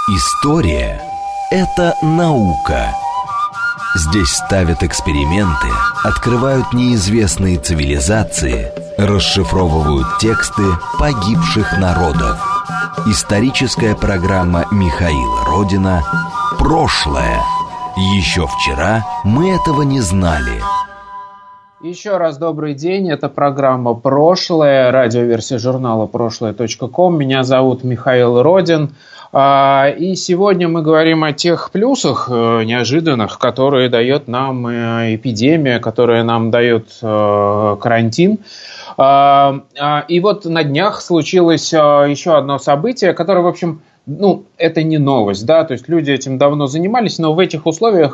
История – это наука. Здесь ставят эксперименты, открывают неизвестные цивилизации, расшифровывают тексты погибших народов. Историческая программа Михаила Родина «Прошлое». Еще вчера мы этого не знали. Еще раз добрый день, это программа «Прошлое», радиоверсия журнала прошлое.ком. Меня зовут Михаил Родин. И сегодня мы говорим о тех плюсах неожиданных, которые дает нам эпидемия, которые нам дает карантин. И вот на днях случилось еще одно событие, которое, в общем, это не новость, да, то есть люди этим давно занимались, но в этих условиях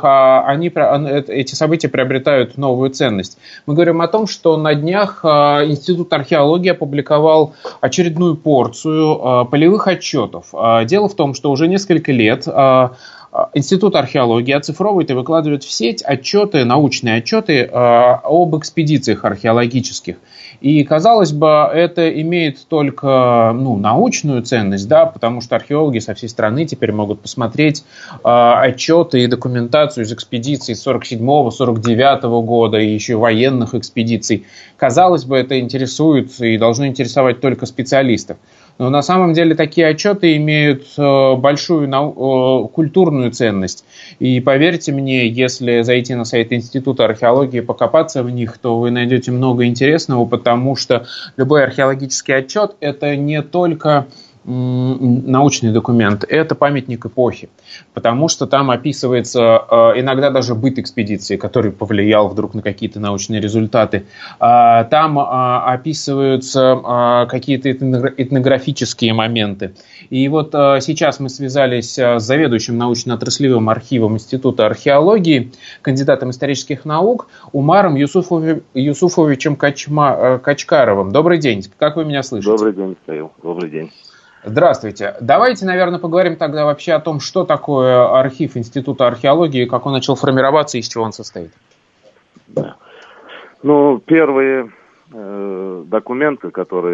эти события приобретают новую ценность. Мы говорим о том, что на днях Институт археологии опубликовал очередную порцию полевых отчетов. Дело в том, что уже несколько лет Институт археологии оцифровывает и выкладывает в сеть отчеты, научные отчеты об экспедициях археологических. И, казалось бы, это имеет только научную ценность, да, потому что археологи со всей страны теперь могут посмотреть отчеты и документацию из экспедиций 47-49 года и еще военных экспедиций. Казалось бы, это интересует и должно интересовать только специалистов. Но на самом деле такие отчеты имеют большую культурную ценность. И поверьте мне, если зайти на сайт Института археологии и покопаться в них, то вы найдете много интересного, потому что любой археологический отчет – это не только научный документ, это памятник эпохи, потому что там описывается иногда даже быт экспедиции, который повлиял вдруг на какие-то научные результаты. Там описываются какие-то этнографические моменты. И вот сейчас мы связались с заведующим научно-отраслевым архивом Института археологии, кандидатом исторических наук Умаром Юсуфовичем Качкаровым. Добрый день, как вы меня слышите? Добрый день, Михаил, добрый день. Здравствуйте. Давайте, наверное, поговорим тогда вообще о том, что такое архив Института археологии, как он начал формироваться и из чего он состоит. Да. Первые документы,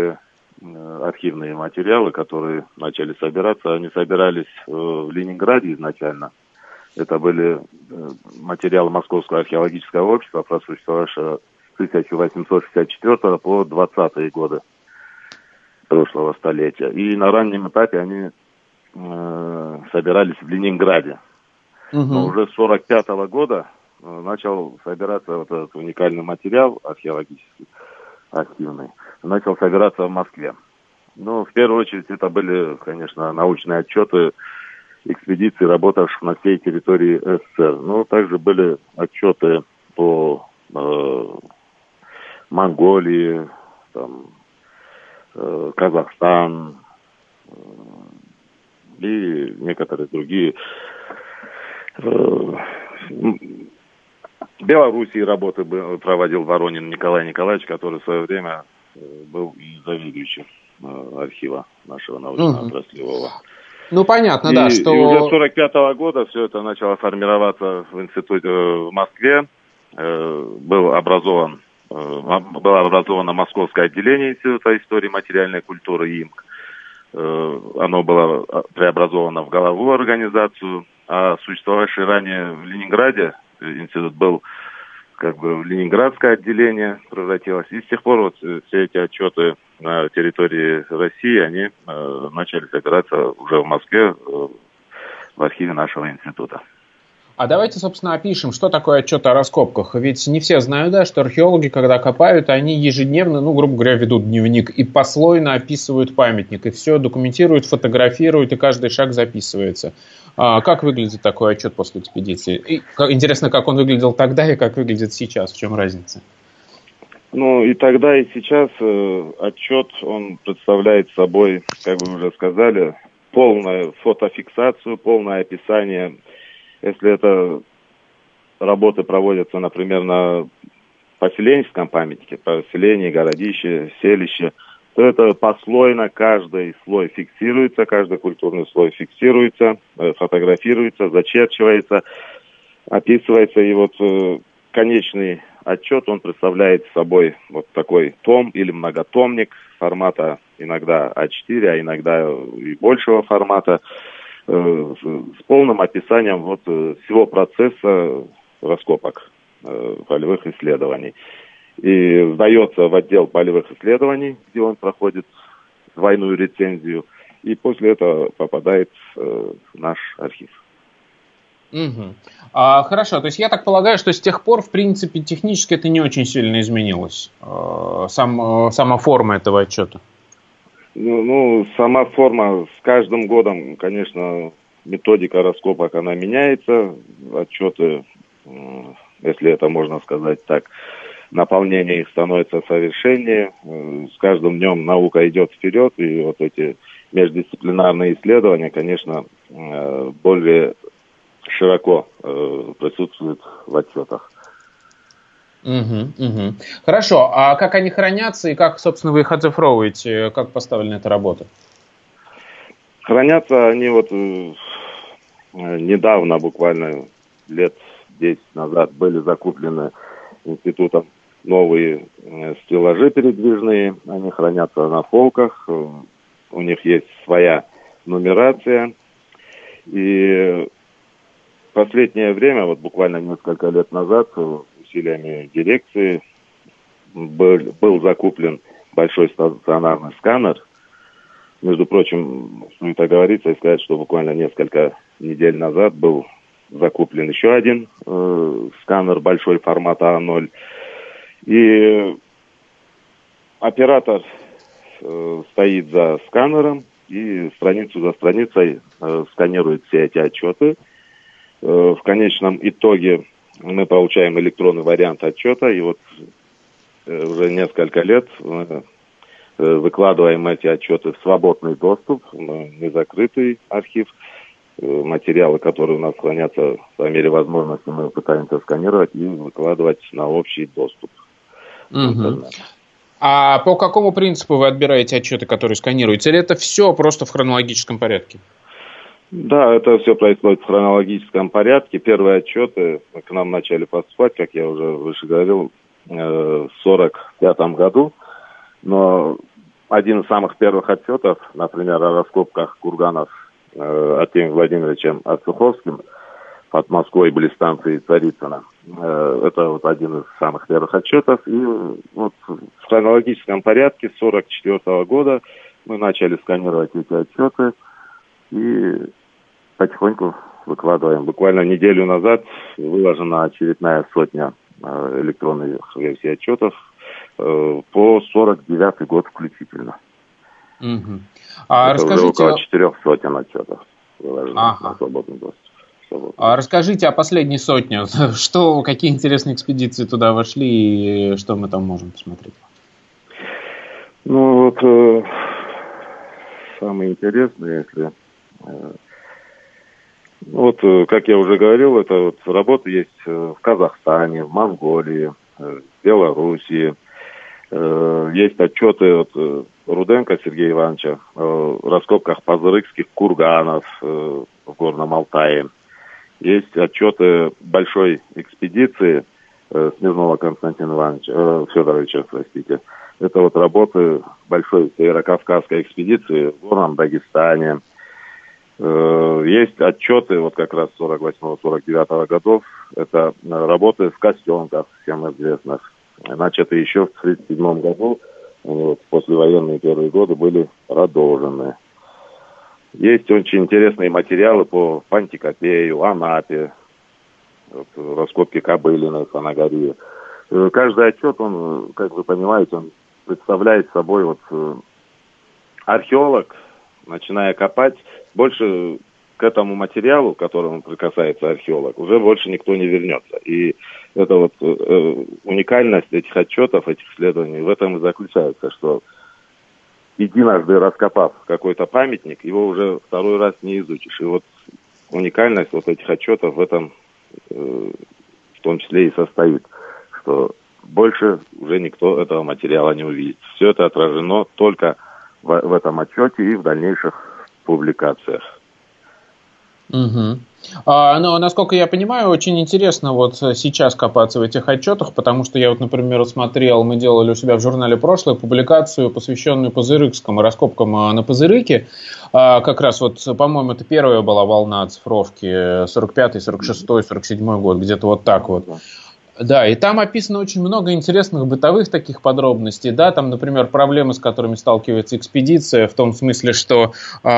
архивные материалы, которые начали собираться, они собирались в Ленинграде изначально. Это были материалы Московского археологического общества, просуществовавшего с 1864 по 20-е годы прошлого столетия. И на раннем этапе они собирались в Ленинграде. Но уже с 1945 года начал собираться вот этот уникальный материал археологический, архивный, начал собираться в Москве. В первую очередь это были, конечно, научные отчеты экспедиций, работавших на всей территории СССР. Но также были отчеты по Монголии, Казахстан и некоторые другие. В Белоруссии работы проводил Воронин Николай Николаевич, который в свое время был и заведующим архива нашего научно-отраслевого. Понятно, да, что... И уже с 1945 года все это начало формироваться в институте в Москве. Было образовано Московское отделение Института истории и материальной культуры ИМК. Оно было преобразовано в головную организацию, а существовавший ранее в Ленинграде институт был в Ленинградское отделение превратилось. И с тех пор все эти отчеты на территории России, они начали собираться уже в Москве, в архиве нашего института. А давайте, собственно, опишем, что такое отчет о раскопках. Ведь не все знают, да, что археологи, когда копают, они ежедневно, грубо говоря, ведут дневник и послойно описывают памятник, и все документируют, фотографируют, и каждый шаг записывается. Как выглядит такой отчет после экспедиции? И интересно, как он выглядел тогда и как выглядит сейчас, в чем разница? И тогда, и сейчас отчет, он представляет собой, как вы уже сказали, полную фотофиксацию, полное описание. Если это работы проводятся, например, на поселенческом памятнике, поселение, городище, селище, то это послойно каждый слой фиксируется, каждый культурный слой фиксируется, фотографируется, зачерчивается, описывается. И конечный отчет, он представляет собой такой том или многотомник формата иногда А4, а иногда и большего формата. с полным описанием вот всего процесса раскопок полевых исследований. И сдается в отдел полевых исследований, где он проходит двойную рецензию, и после этого попадает в наш архив. Угу. Хорошо, то есть я так полагаю, что с тех пор, в принципе, технически это не очень сильно изменилось, сама форма этого отчета. Ну, сама форма с каждым годом, конечно, методика раскопок, она меняется, отчеты, если это можно сказать так, наполнение их становится совершеннее, с каждым днем наука идет вперед, и вот эти междисциплинарные исследования, конечно, более широко присутствуют в отчетах. Угу. Хорошо, а как они хранятся и как, собственно, вы их оцифровываете, как поставлена эта работа? Хранятся они вот недавно, буквально лет 10 назад, были закуплены институтом новые стеллажи передвижные, они хранятся на полках, у них есть своя нумерация, и в последнее время, вот буквально несколько лет назад, усилиями дирекции был закуплен большой стационарный сканер. Между прочим, стоит оговориться и сказать, что буквально несколько недель назад был закуплен еще один сканер большой формата А0. И оператор стоит за сканером и страницу за страницей сканирует все эти отчеты. В конечном итоге мы получаем электронный вариант отчета, и вот уже несколько лет мы выкладываем эти отчеты в свободный доступ, не закрытый архив. Материалы, которые у нас хранятся по мере возможности, мы пытаемся сканировать и выкладывать на общий доступ. Угу. А по какому принципу вы отбираете отчеты, которые сканируются? Или это все просто в хронологическом порядке? Да, это все происходит в хронологическом порядке. Первые отчеты к нам начали поступать, как я уже выше говорил, в 1945 году. Но один из самых первых отчетов, например, о раскопках курганов Артемием Владимировичем Ацуховским под Москвой были станции Царицына. Это вот один из самых первых отчетов. И вот в хронологическом порядке с 1944 года мы начали сканировать эти отчеты и потихоньку выкладываем. Буквально неделю назад выложена очередная сотня электронных версий отчетов по 49-й год включительно. Угу. Это расскажите... уже около 400 отчетов выложено на свободный доступ. Расскажите о последней сотне. Какие интересные экспедиции туда вошли и что мы там можем посмотреть? Ну вот самое интересное, если... Вот, как я уже говорил, это вот работы есть в Казахстане, в Монголии, в Белоруссии. Есть отчеты от Руденко Сергея Ивановича о раскопках позырыкских курганов в Горном Алтае. Есть отчеты большой экспедиции Смирнова Константина Ивановича, Федоровича, простите. Это вот работы большой северокавказской экспедиции в Горном Дагестане. Есть отчеты вот как раз 48-49 годов. Это работы в Костенках, всем известных. Начаты еще в 1937 году. Вот, послевоенные первые годы были продолжены. Есть очень интересные материалы по Пантикопею, Анапе, вот, раскопки Кобылиной, Фанагории. Каждый отчет, он, как вы понимаете, он представляет собой вот археолог, начиная копать, больше к этому материалу, к которому прикасается археолог, уже больше никто не вернется. И это вот уникальность этих отчетов, этих исследований в этом и заключается, что единожды раскопав какой-то памятник, его уже второй раз не изучишь. И вот уникальность вот этих отчетов в этом в том числе и состоит, что больше уже никто этого материала не увидит. Все это отражено только в этом отчете и в дальнейших публикациях. Угу. Но, насколько я понимаю, очень интересно вот сейчас копаться в этих отчетах, потому что я вот, например, смотрел, мы делали у себя в журнале «Прошлое» публикацию, посвященную Пузырыкскому, раскопкам на Пузырыке. Как раз вот, по-моему, это первая была волна оцифровки, 45-й, 46-й, 47-й год, где-то вот так вот. Да, и там описано очень много интересных бытовых таких подробностей, да, там, например, проблемы, с которыми сталкивается экспедиция, в том смысле, что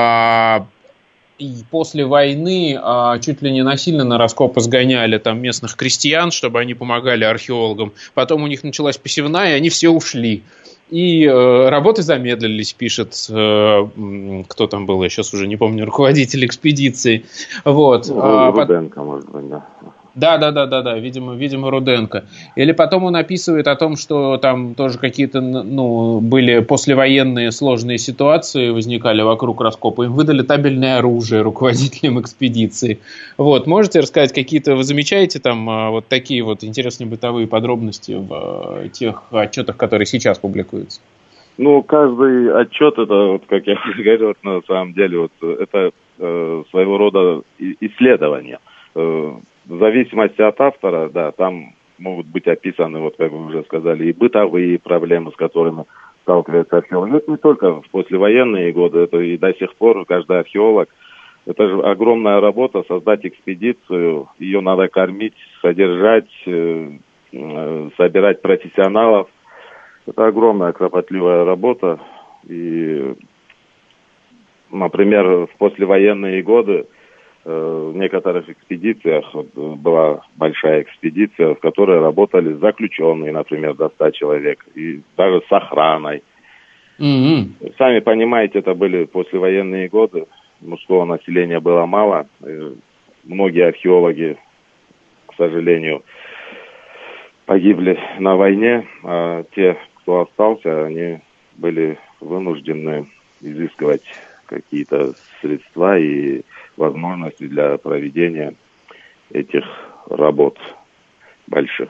и после войны чуть ли не насильно на раскопы сгоняли там местных крестьян, чтобы они помогали археологам. Потом у них началась посевная, и они все ушли. И работы замедлились, пишет, кто там был, я сейчас уже не помню, руководитель экспедиции. Вот. Руденко, может быть, да. Да, видимо, Руденко. Или потом он описывает о том, что там тоже какие-то, были послевоенные сложные ситуации, возникали вокруг раскопа. Им выдали табельное оружие руководителям экспедиции. Вот, можете рассказать какие-то, вы замечаете там вот такие вот интересные бытовые подробности в тех отчетах, которые сейчас публикуются? Каждый отчет, это, вот, как я уже говорил, на самом деле, вот, это своего рода исследование. В зависимости от автора, да, там могут быть описаны, вот как вы уже сказали, и бытовые проблемы, с которыми сталкивается археолог. Это не только в послевоенные годы, это и до сих пор каждый археолог. Это же огромная работа, создать экспедицию, ее надо кормить, содержать, собирать профессионалов. Это огромная, кропотливая работа. И, например, в послевоенные годы в некоторых экспедициях, была большая экспедиция, в которой работали заключенные, например, до 100 человек, и даже с охраной. Mm-hmm. Сами понимаете, это были послевоенные годы, мужского населения было мало. Многие археологи, к сожалению, погибли на войне, а те, кто остался, они были вынуждены изыскивать какие-то средства и возможности для проведения этих работ больших.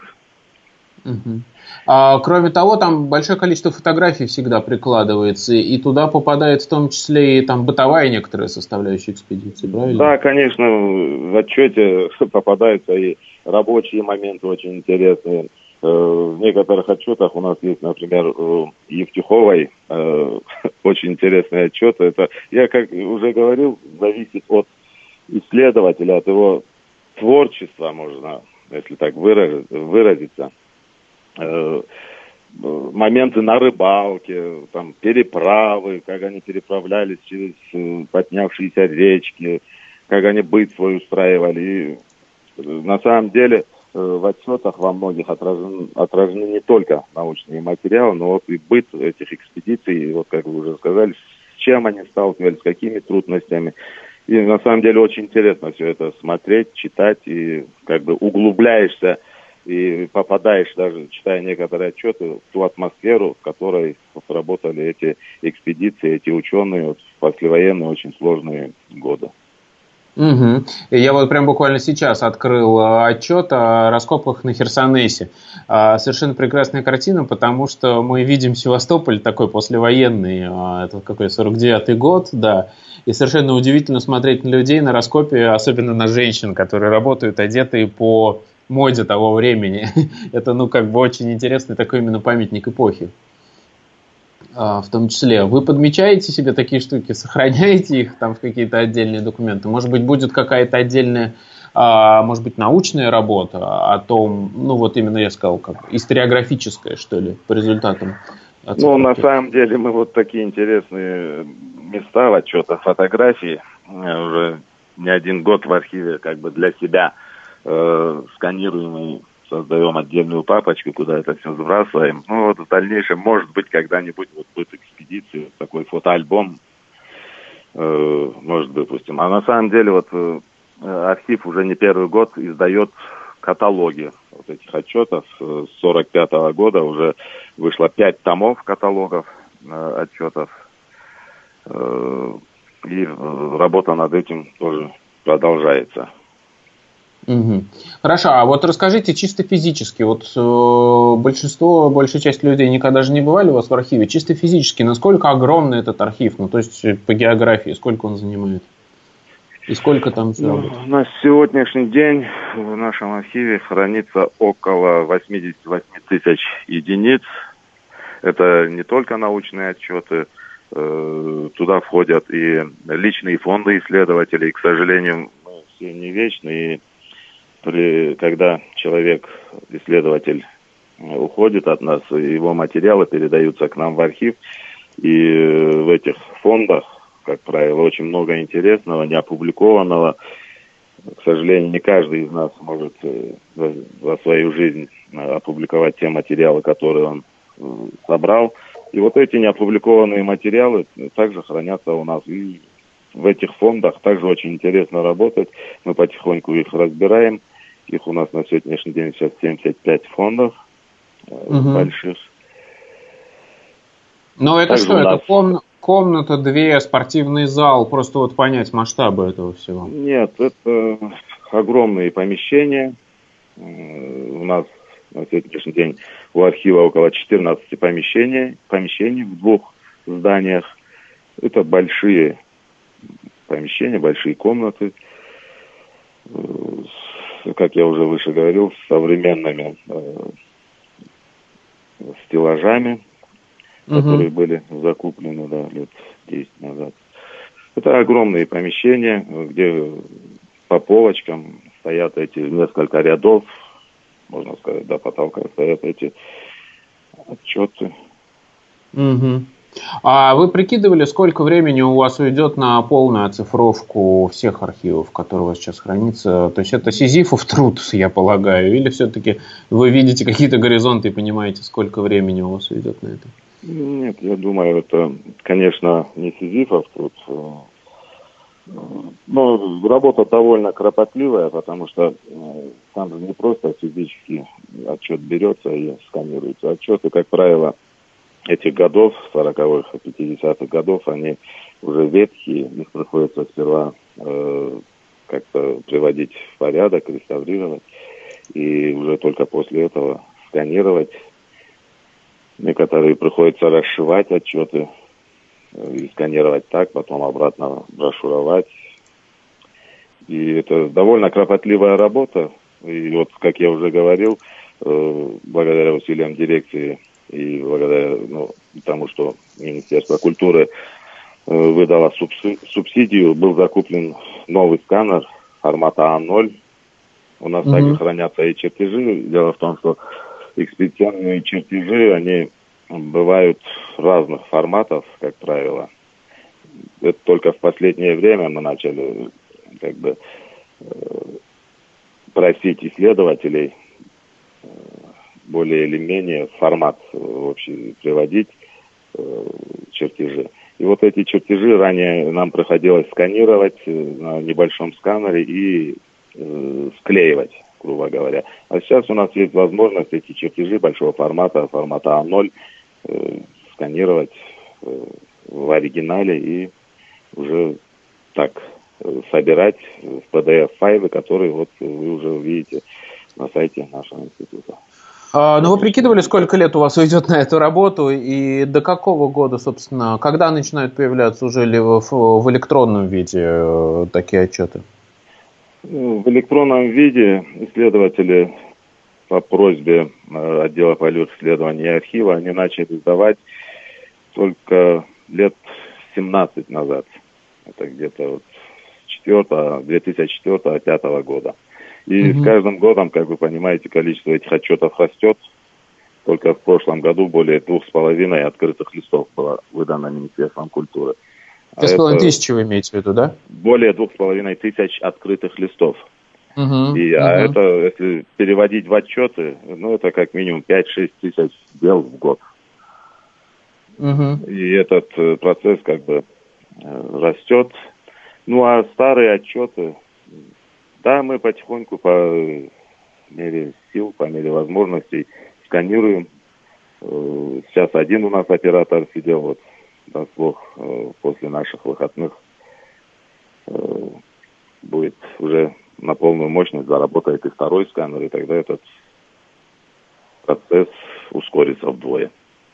Кроме того, там большое количество фотографий всегда прикладывается, и туда попадает в том числе и там бытовая некоторая составляющая экспедиции, правильно? Да, конечно, в отчете попадаются и рабочие моменты очень интересные. В некоторых отчетах у нас есть, например, Евтюховой очень интересный отчет. Это, я как уже говорил, зависит от исследователя, от его творчества, можно, если так выразиться. Моменты на рыбалке, там, переправы, как они переправлялись через поднявшиеся речки, как они быт свой устраивали. И на самом деле в отчетах во многих отражены не только научные материалы, но вот и быт этих экспедиций, вот как вы уже сказали, с чем они сталкивались, с какими трудностями. И на самом деле очень интересно все это смотреть, читать, и как бы углубляешься и попадаешь, даже читая некоторые отчеты, в ту атмосферу, в которой работали эти экспедиции, эти ученые вот, в послевоенные очень сложные годы. Угу. Я вот прям буквально сейчас открыл отчет о раскопках на Херсонесе. Совершенно прекрасная картина, потому что мы видим Севастополь такой послевоенный, это какой 49-й год, да. И совершенно удивительно смотреть на людей на раскопе, особенно на женщин, которые работают одетые по моде того времени. Это, очень интересный такой именно памятник эпохи. В том числе. Вы подмечаете себе такие штуки, сохраняете их там в какие-то отдельные документы? Может быть, будет какая-то отдельная, может быть, научная работа о том, именно я сказал, как историографическая, что ли, по результатам? На самом деле мы вот такие интересные места в отчетах, фотографии уже не один год в архиве как бы для себя сканируем и создаем отдельную папочку, куда это все сбрасываем. В дальнейшем, может быть, когда-нибудь будет экспедиция, такой фотоальбом, может, допустим. А на самом деле архив уже не первый год издает каталоги вот этих отчетов. С 45-го года уже вышло 5 томов каталогов отчетов. И работа над этим тоже продолжается. Угу. Хорошо, а вот расскажите чисто физически, большая часть людей никогда же не бывали у вас в архиве, чисто физически, насколько огромный этот архив, то есть по географии, сколько он занимает? И сколько там всего? На сегодняшний день в нашем архиве хранится около 88 тысяч единиц. Это не только научные отчеты, туда входят и личные фонды исследователей. К сожалению, мы все не вечны, и когда человек, исследователь, уходит от нас, его материалы передаются к нам в архив, и в этих фондах, как правило, очень много интересного, неопубликованного. К сожалению, не каждый из нас может за свою жизнь опубликовать те материалы, которые он собрал. И вот эти неопубликованные материалы также хранятся у нас. И в этих фондах также очень интересно работать. Мы потихоньку их разбираем. Их у нас на сегодняшний день сейчас 75 фондов больших. Ну это также что? Это комната, 2, спортивный зал? Просто вот понять масштабы этого всего. Нет, это огромные помещения. У нас на сегодняшний день у архива около 14 помещений в 2 зданиях. Это большие помещения, большие комнаты, как я уже выше говорил, с современными стеллажами, которые были закуплены лет 10 назад. Это огромные помещения, где по полочкам стоят эти несколько рядов, можно сказать, до потолка стоят эти отчеты. А вы прикидывали, сколько времени у вас уйдет на полную оцифровку всех архивов, которые у вас сейчас хранятся? То есть это сизифов труд, я полагаю, или все-таки вы видите какие-то горизонты и понимаете, сколько времени у вас уйдет на это? Нет, я думаю, это, конечно, не сизифов труд. Но работа довольно кропотливая, потому что там же не просто физически отчет берется и сканируется. Отчеты, как правило, этих годов, 40-х и 50-х годов, они уже ветхие, их приходится сперва как-то приводить в порядок, реставрировать, и уже только после этого сканировать. Некоторые приходится расшивать отчеты и сканировать так, потом обратно брошюровать. И это довольно кропотливая работа. И вот, как я уже говорил, благодаря усилиям дирекции и благодаря тому, что Министерство культуры выдало субсидию, был закуплен новый сканер формата А0. У нас также хранятся и чертежи. Дело в том, что экспедиционные чертежи, они бывают разных форматов, как правило. Это только в последнее время мы начали просить исследователей более или менее формат общий приводить чертежи. И вот эти чертежи ранее нам приходилось сканировать на небольшом сканере и склеивать, грубо говоря. А сейчас у нас есть возможность эти чертежи большого формата А0 сканировать в оригинале и уже так собирать в PDF-файлы, которые вот вы уже увидите на сайте нашего института. Ну, вы прикидывали, сколько лет у вас уйдет на эту работу и до какого года, собственно, когда начинают появляться уже ли в электронном виде такие отчеты? В электронном виде исследователи по просьбе отдела полиисследований и архива они начали сдавать только лет 17 назад. Это где-то 2004-2005 года. И с каждым годом, как вы понимаете, количество этих отчетов растет. Только в прошлом году более 2,5 открытых листов было выдано Министерством культуры. 2,5 тысячи вы имеете в виду, да? Более 2,5 тысяч открытых листов. Это, если переводить в отчеты, это как минимум 5-6 тысяч дел в год. И этот процесс растет. Ну, а старые отчеты, да, мы потихоньку по мере сил, по мере возможностей сканируем. Сейчас один у нас оператор сидел, даст Бог, после наших выходных будет уже на полную мощность, заработает и второй сканер, и тогда этот процесс ускорится вдвое.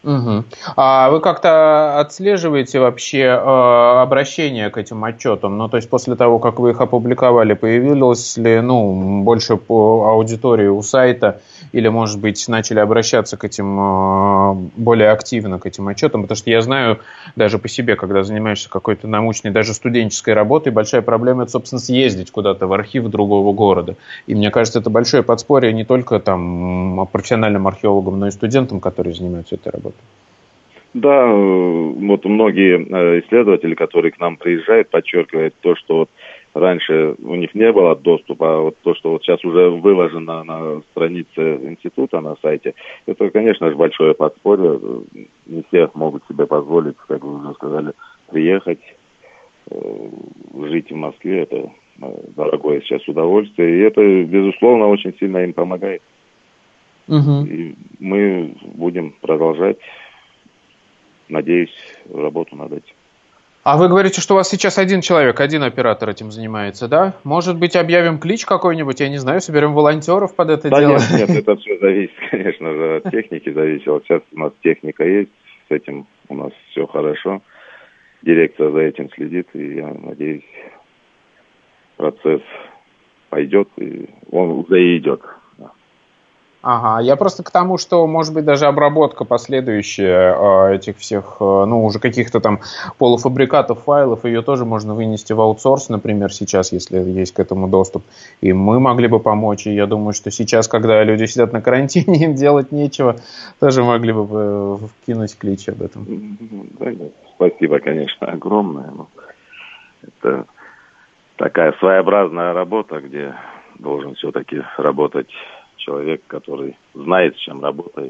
Угу. А вы как-то отслеживаете вообще обращение к этим отчетам? Ну, то есть после того, как вы их опубликовали, появилось ли, больше по аудитории у сайта, или, может быть, начали обращаться к этим более активно к этим отчетам? Потому что я знаю даже по себе, когда занимаешься какой-то научной, даже студенческой работой, большая проблема — это, собственно, съездить куда-то в архив другого города. И мне кажется, это большое подспорье не только там профессиональным археологам, но и студентам, которые занимаются этой работой. Да, вот многие исследователи, которые к нам приезжают, подчеркивают то, что вот раньше у них не было доступа, а вот то, что вот сейчас уже выложено на странице института, на сайте, это, конечно же, большое подспорье. Не все могут себе позволить, как вы уже сказали, приехать, жить в Москве. Это дорогое сейчас удовольствие, и это, безусловно, очень сильно им помогает. Угу. И мы будем продолжать, надеюсь, работу над этим. А вы говорите, что у вас сейчас один человек, один оператор этим занимается, да? Может быть, объявим клич какой-нибудь, я не знаю, соберем волонтеров под это дело? Нет, это все зависит, конечно же, от техники зависит. Вот сейчас у нас техника есть, с этим у нас все хорошо. Дирекция за этим следит, и я надеюсь, процесс пойдет, и он уже и идет. Ага, я просто к тому, что, может быть, даже обработка последующая этих всех, уже каких-то там полуфабрикатов, файлов, ее тоже можно вынести в аутсорс, например, сейчас, если есть к этому доступ. И мы могли бы помочь. И я думаю, что сейчас, когда люди сидят на карантине, им делать нечего, тоже могли бы вкинуть клич об этом. Да, спасибо, конечно, огромное. Это такая своеобразная работа, где должен все-таки работать человек, который знает, с чем работает.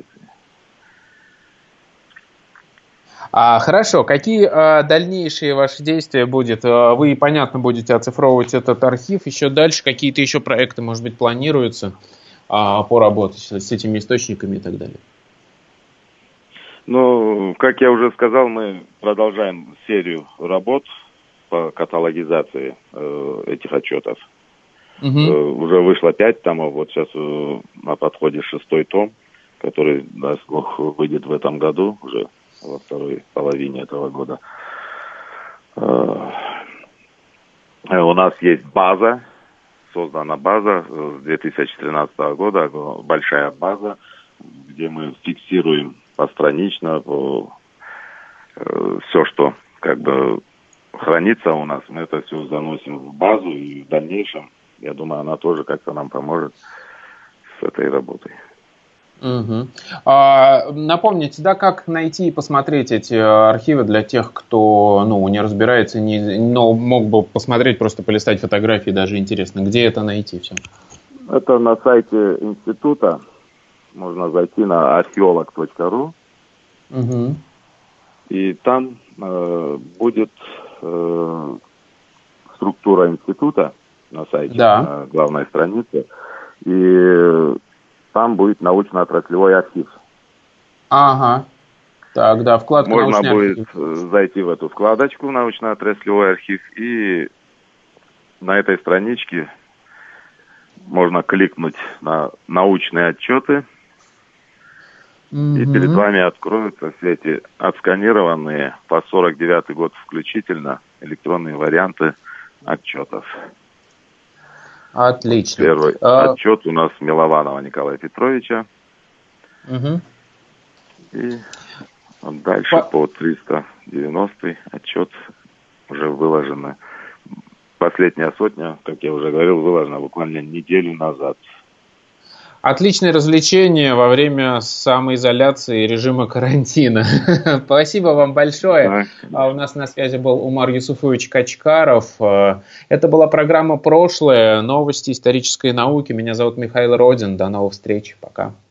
Хорошо. Какие дальнейшие ваши действия будут? Вы, понятно, будете оцифровывать этот архив. Еще дальше какие-то еще проекты, может быть, планируются по работе с этими источниками и так далее? Как я уже сказал, мы продолжаем серию работ по каталогизации этих отчетов. Угу. Уже вышло 5 томов, вот сейчас на подходе 6-й том, который, даст Бог, выйдет в этом году, уже во второй половине этого года. У нас есть база, создана база с 2013 года, большая база, где мы фиксируем постранично все, что хранится у нас, мы это все заносим в базу, и в дальнейшем, я думаю, она тоже как-то нам поможет с этой работой. Угу. Напомните, как найти и посмотреть эти архивы для тех, кто не разбирается, но мог бы посмотреть, просто полистать фотографии, даже интересно, где это найти все? Это на сайте института, можно зайти на archeolog.ru, угу. И там будет структура института на сайте, на главной странице, и там будет научно-отраслевой архив. Ага. Так, да, вкладка можно научный будет зайти в эту вкладочку научно-отраслевой архив, и на этой страничке можно кликнуть на научные отчеты, и перед вами откроются все эти отсканированные по 49-й год включительно электронные варианты отчетов. Отлично. Первый отчет у нас Милованова Николая Петровича. Угу. И дальше по 390-й отчет уже выложено. Последняя сотня, как я уже говорил, выложена буквально неделю назад. Отличное развлечение во время самоизоляции и режима карантина. Спасибо вам большое. У нас на связи был Умар Юсуфович Качкаров. Это была программа «Прошлое. Новости исторической науки». Меня зовут Михаил Родин. До новых встреч. Пока.